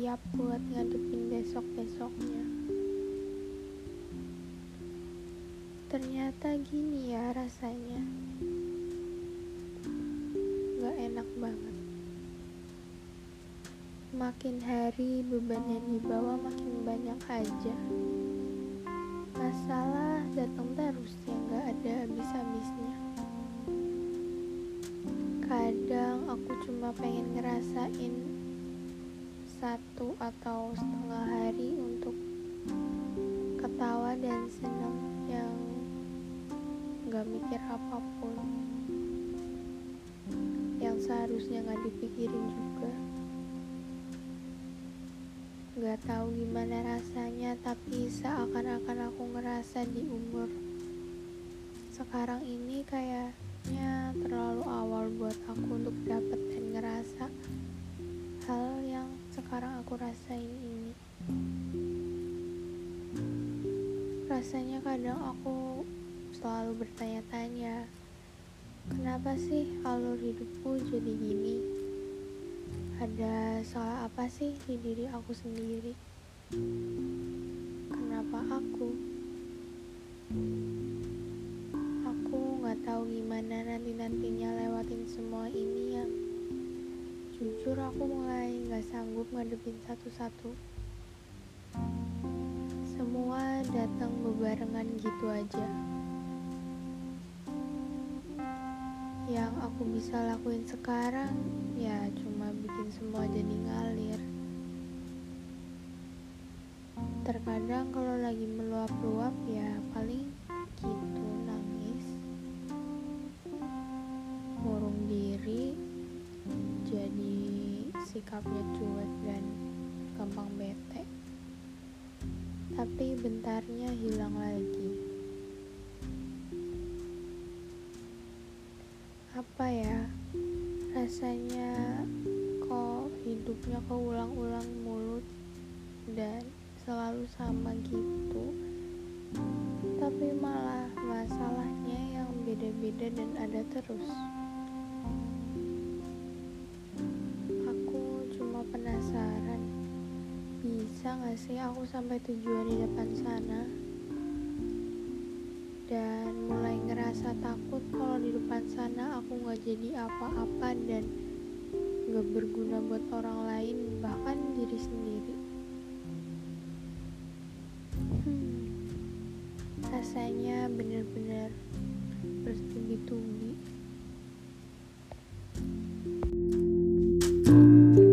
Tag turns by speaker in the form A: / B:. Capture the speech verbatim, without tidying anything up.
A: siap buat ngadepin besok-besoknya. Ternyata gini ya rasanya, gak enak banget. Makin hari beban yang dibawa makin banyak aja. Masalah datang terus yang gak ada habis-habisnya. Kadang aku cuma pengen ngerasain satu atau setengah hari untuk ketawa dan senang yang gak mikir apapun, yang seharusnya gak dipikirin juga. Gak tahu gimana rasanya, tapi seakan-akan aku ngerasa di umur sekarang ini kayaknya terlalu awal buat aku untuk dapet dan ngerasa hal yang sekarang aku rasain ini. Rasanya kadang aku selalu bertanya-tanya, kenapa sih alur hidupku jadi gini? Ada salah apa sih di diri aku sendiri? Kenapa aku? Aku gak tahu gimana nanti-nantinya lewatin semua ini yang jujur aku mulai gak sanggup ngadepin satu-satu. Semua datang bebarengan gitu aja. Yang aku bisa lakuin sekarang ya cuma bikin semua jadi ngalir. Terkadang kalau lagi meluap-luap ya paling gitu, nangis, ngurung diri, jadi sikapnya cuek dan gampang bete. Tapi bentarnya hilang lagi. Apa ya, rasanya kok hidupnya keulang-ulang mulu dan selalu sama gitu, tapi malah masalahnya yang beda-beda dan ada terus. Aku cuma penasaran, bisa gak sih aku sampai tujuan di depan sana? Dan mulai ngerasa takut kalau di depan sana aku gak jadi apa-apa dan gak berguna buat orang lain, bahkan diri sendiri. Hmm, rasanya bener-bener bertubi-tubi.